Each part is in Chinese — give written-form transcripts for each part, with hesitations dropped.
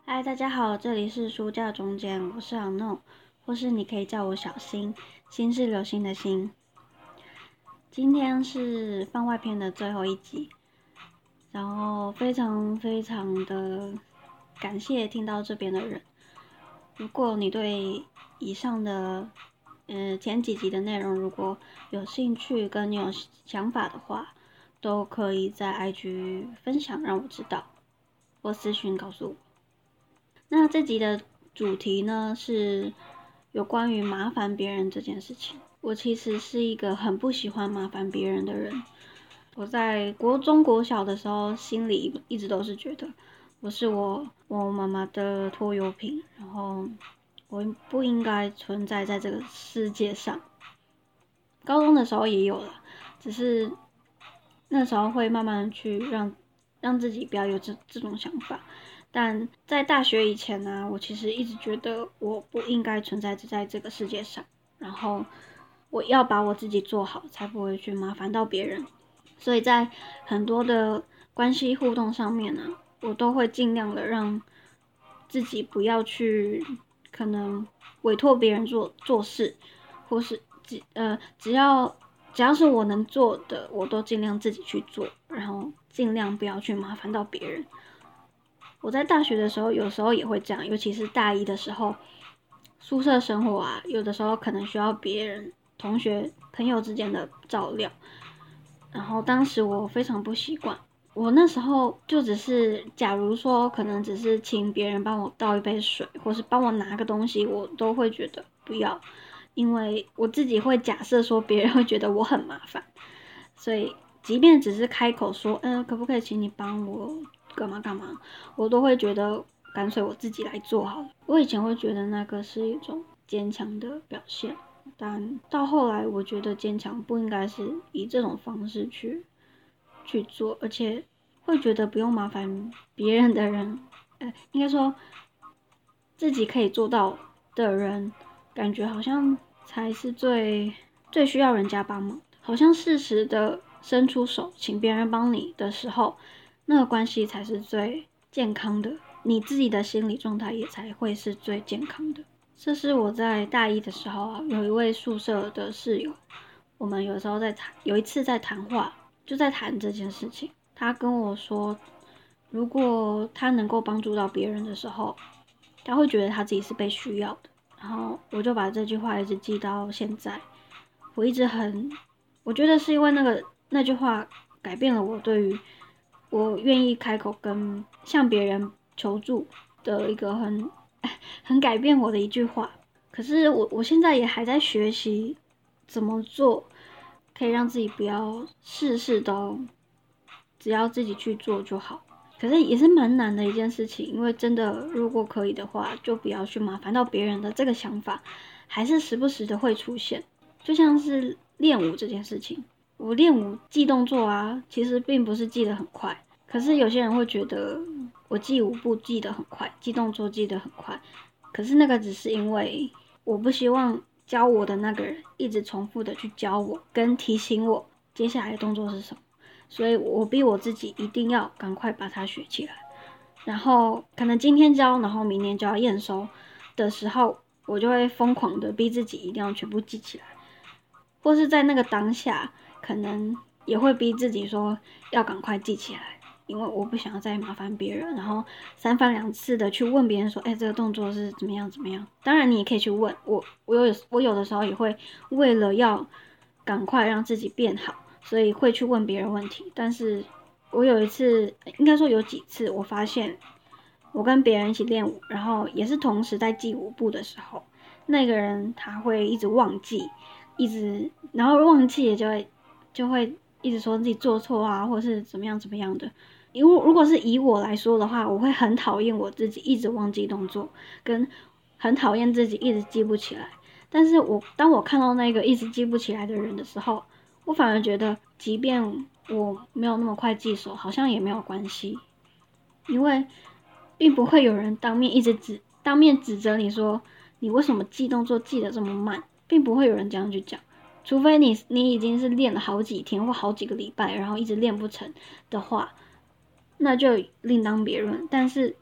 嗨，大家好，这里是书架中间，我是阿诺，或是你可以叫我小新，新是流星的星。今天是番外篇的最后一集，然后非常非常的感谢听到这边的人。如果你对以上的前几集的内容如果有兴趣跟你有想法的话，都可以在 IG 分享让我知道，或私讯告诉我。那这集的主题呢是有关于麻烦别人这件事情。我其实是一个很不喜欢麻烦别人的人。我在国中国小的时候，心里一直都是觉得我是我妈妈的拖油瓶，然后我不应该存在在这个世界上。高中的时候也有了，只是那时候会慢慢去让自己不要有这种想法。但在大学以前呢，我其实一直觉得我不应该存在在这个世界上，然后我要把我自己做好，才不会去麻烦到别人。所以在很多的关系互动上面呢，我都会尽量的让自己不要去可能委托别人做事，或是只要是我能做的，我都尽量自己去做，然后尽量不要去麻烦到别人。我在大学的时候，有时候也会这样，尤其是大一的时候，宿舍生活啊，有的时候可能需要别人、同学、朋友之间的照料，然后当时我非常不习惯。我那时候就只是，假如说可能只是请别人帮我倒一杯水，或是帮我拿个东西，我都会觉得不要，因为我自己会假设说别人会觉得我很麻烦，所以即便只是开口说，可不可以请你帮我干嘛干嘛，我都会觉得干脆我自己来做好了。我以前会觉得那个是一种坚强的表现，但到后来我觉得坚强不应该是以这种方式去做，而且会觉得不用麻烦别人的人，应该说自己可以做到的人，感觉好像才是最需要人家帮忙的。好像适时的伸出手，请别人帮你的时候，那个关系才是最健康的，你自己的心理状态也才会是最健康的。这是我在大一的时候啊，有一位宿舍的室友，我们有时候有一次在谈话，就在谈这件事情。他跟我说，如果他能够帮助到别人的时候，他会觉得他自己是被需要的。然后我就把这句话一直记到现在。我一直我觉得是因为那句话改变了我对于我愿意开口跟向别人求助的一个很改变我的一句话。可是我现在也还在学习怎么做，可以让自己不要事事都只要自己去做就好。可是也是蛮难的一件事情，因为真的如果可以的话，就不要去麻烦到别人的这个想法，还是时不时的会出现。就像是练舞这件事情，我练舞记动作啊，其实并不是记得很快。可是有些人会觉得我记舞步记得很快，记动作记得很快。可是那个只是因为我不希望教我的那个人一直重复的去教我，跟提醒我接下来的动作是什么。所以我逼我自己一定要赶快把它学起来。然后可能今天教，然后明天就要验收的时候，我就会疯狂的逼自己一定要全部记起来。或是在那个当下，可能也会逼自己说要赶快记起来，因为我不想要再麻烦别人，然后三番两次的去问别人说，这个动作是怎么样怎么样。当然你也可以去问我有的时候也会为了要赶快让自己变好，所以会去问别人问题。但是我有一次，应该说有几次，我发现我跟别人一起练舞，然后也是同时在记舞步的时候，那个人他会一直忘记，然后忘记也就会一直说自己做错啊，或是怎么样怎么样的。因为如果是以我来说的话，我会很讨厌我自己一直忘记动作，跟很讨厌自己一直记不起来。但是当我看到那个一直记不起来的人的时候，我反而觉得，即便我没有那么快记熟，好像也没有关系，因为并不会有人当面指责你说你为什么记动作记得这么慢，并不会有人这样去讲。除非你已经是练了好几天或好几个礼拜，然后一直练不成的话，那就另当别论。但是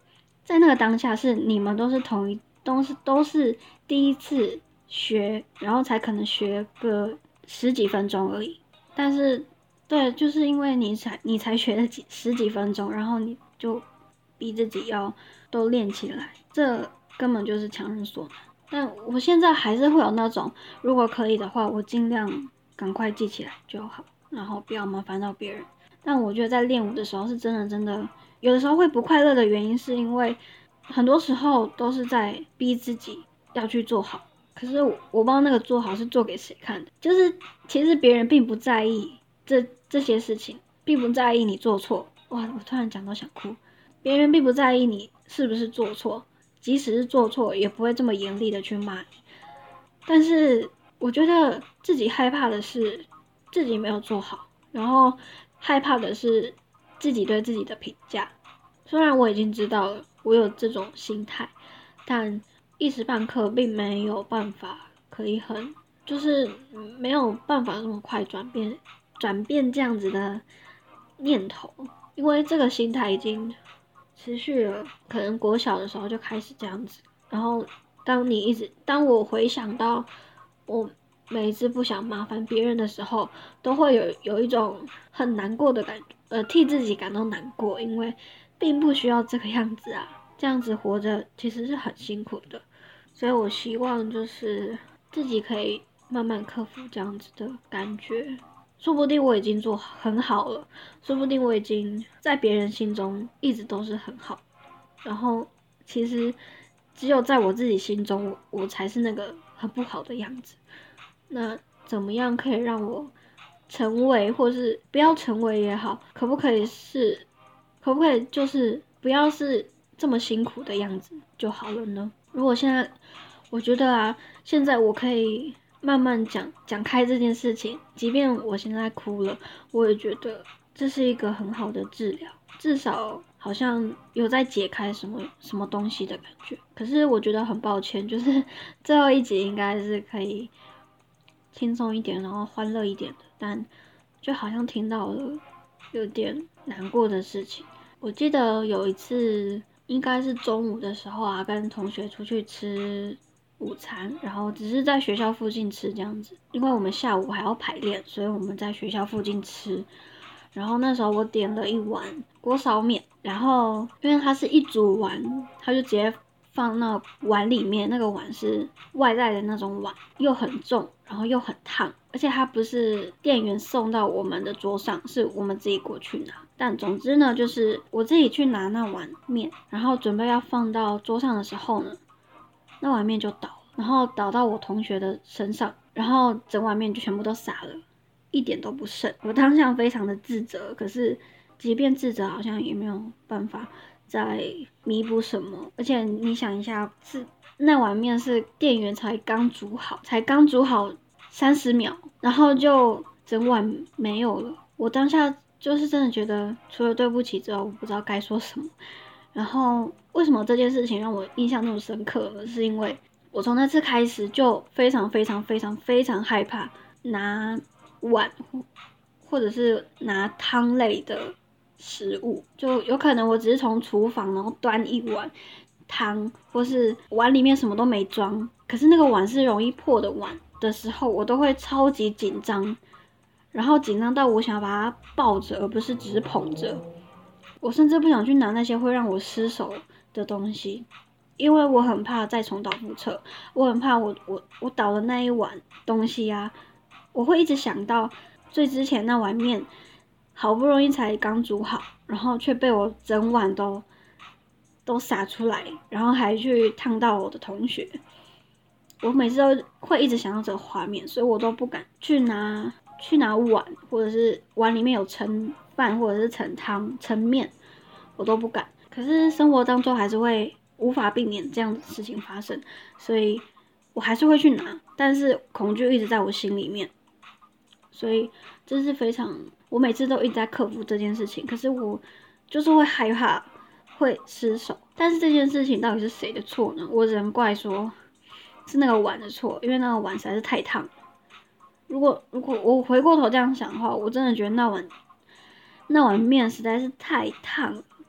在那个当下是你们都是都是第一次学，然后才可能学个十几分钟而已。但是对，就是因为你才学了十几分钟，然后你就逼自己要都练起来，这根本就是强人所难。但我现在还是会有那种，如果可以的话，我尽量赶快记起来就好，然后不要麻烦到别人。但我觉得在练舞的时候是真的，有的时候会不快乐的原因是因为很多时候都是在逼自己要去做好，可是我不知道那个做好是做给谁看的，就是其实别人并不在意这些事情，并不在意你做错。哇，我突然讲到想哭。别人并不在意你是不是做错，即使是做错，也不会这么严厉的去骂你。但是我觉得自己害怕的是自己没有做好，然后害怕的是自己对自己的评价。虽然我已经知道了我有这种心态，但一时半刻并没有办法可以就是没有办法那么快转变这样子的念头，因为这个心态已经持续了，可能国小的时候就开始这样子。然后当我回想到我每一次不想麻烦别人的时候，都会有一种很难过的感觉，替自己感到难过，因为并不需要这个样子啊，这样子活着其实是很辛苦的。所以我希望就是自己可以慢慢克服这样子的感觉。说不定我已经做很好了，说不定我已经在别人心中一直都是很好，然后其实只有在我自己心中，我才是那个很不好的样子。那怎么样可以让我成为，或是不要成为也好，可不可以就是不要是这么辛苦的样子就好了呢？如果现在我觉得啊，现在我可以慢慢讲开这件事情，即便我现在哭了，我也觉得这是一个很好的治疗，至少好像有在解开什么东西的感觉。可是我觉得很抱歉，就是最后一集应该是可以轻松一点，然后欢乐一点的，但就好像听到了有点难过的事情。我记得有一次应该是中午的时候啊，跟同学出去吃午餐，然后只是在学校附近吃这样子，因为我们下午还要排练，所以我们在学校附近吃。然后那时候我点了一碗锅烧面，然后因为它是一煮完，它就直接放那碗里面，那个碗是外带的那种碗，又很重，然后又很烫，而且它不是店员送到我们的桌上，是我们自己过去拿。但总之呢，就是我自己去拿那碗面，然后准备要放到桌上的时候呢，那碗面就倒了，然后倒到我同学的身上，然后整碗面就全部都洒了，一点都不剩。我当下非常的自责，可是即便自责，好像也没有办法再弥补什么。而且你想一下，那碗面是店员才刚煮好30秒，然后就整碗没有了。我当下就是真的觉得，除了对不起之后，我不知道该说什么。然后为什么这件事情让我印象那么深刻呢？是因为我从那次开始就非常害怕拿碗或者是拿汤类的食物，就有可能我只是从厨房然后端一碗汤，或是碗里面什么都没装，可是那个碗是容易破的碗的时候，我都会超级紧张，然后紧张到我想要把它抱着，而不是只是捧着。我甚至不想去拿那些会让我失手的东西，因为我很怕再重蹈覆辙，我很怕我倒的那一碗东西啊，我会一直想到最之前那碗面，好不容易才刚煮好，然后却被我整碗都洒出来，然后还去烫到我的同学。我每次都会一直想到这个画面，所以我都不敢去拿碗，或者是碗里面有盛饭或者是盛汤盛面，我都不敢。可是生活当中还是会无法避免这样的事情发生，所以我还是会去拿，但是恐惧一直在我心里面，所以这是我每次都一直在克服这件事情。可是我就是会害怕会失手，但是这件事情到底是谁的错呢？我只能怪说是那个碗的错，因为那个碗实在是太烫了。如果我回过头这样想的话，我真的觉得那碗面实在是太烫了，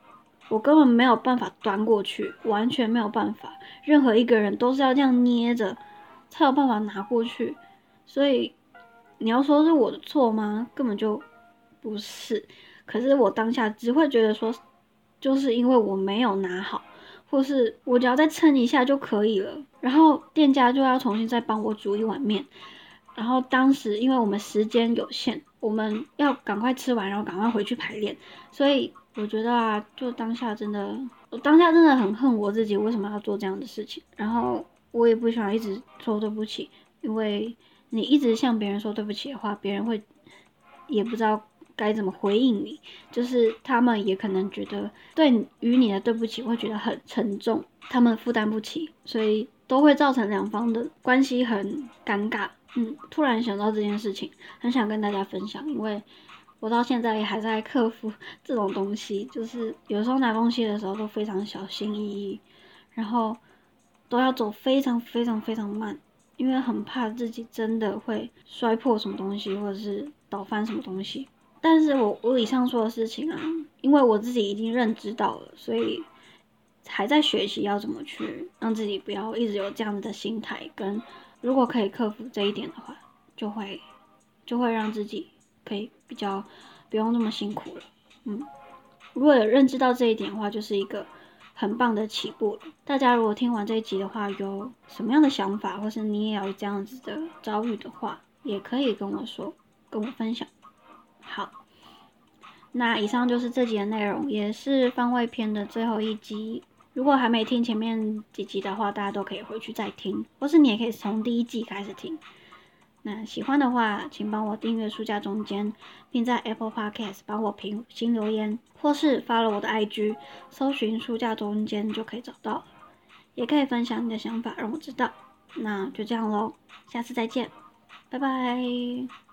我根本没有办法端过去，完全没有办法。任何一个人都是要这样捏着才有办法拿过去，所以你要说是我的错吗？根本就不是。可是我当下只会觉得说，就是因为我没有拿好，或是我只要再撑一下就可以了，然后店家就要重新再帮我煮一碗面。然后当时因为我们时间有限，我们要赶快吃完，然后赶快回去排练，所以我觉得啊，就我当下真的很恨我自己为什么要做这样的事情。然后我也不想一直说对不起，因为你一直向别人说对不起的话，别人会也不知道该怎么回应你，就是他们也可能觉得对于你的对不起会觉得很沉重，他们负担不起，所以都会造成两方的关系很尴尬。突然想到这件事情，很想跟大家分享，因为我到现在也还在克服这种东西，就是有时候拿东西的时候都非常小心翼翼，然后都要走非常非常非常慢，因为很怕自己真的会摔破什么东西，或者是倒翻什么东西。但是我以上说的事情啊，因为我自己已经认知到了，所以还在学习要怎么去让自己不要一直有这样的心态，跟如果可以克服这一点的话，就会让自己可以比较不用那么辛苦了。如果有认知到这一点的话，就是一个很棒的起步了。大家如果听完这一集的话，有什么样的想法，或是你也有这样子的遭遇的话，也可以跟我说，跟我分享。好，那以上就是这集的内容，也是番外篇的最后一集。如果还没听前面几集的话，大家都可以回去再听，或是你也可以从第一季开始听。那喜欢的话，请帮我订阅书架中间，并在 Apple Podcast 帮我评5星留言，或是follow我的 IG， 搜寻书架中间就可以找到了。也可以分享你的想法让我知道。那就这样咯，下次再见，拜拜。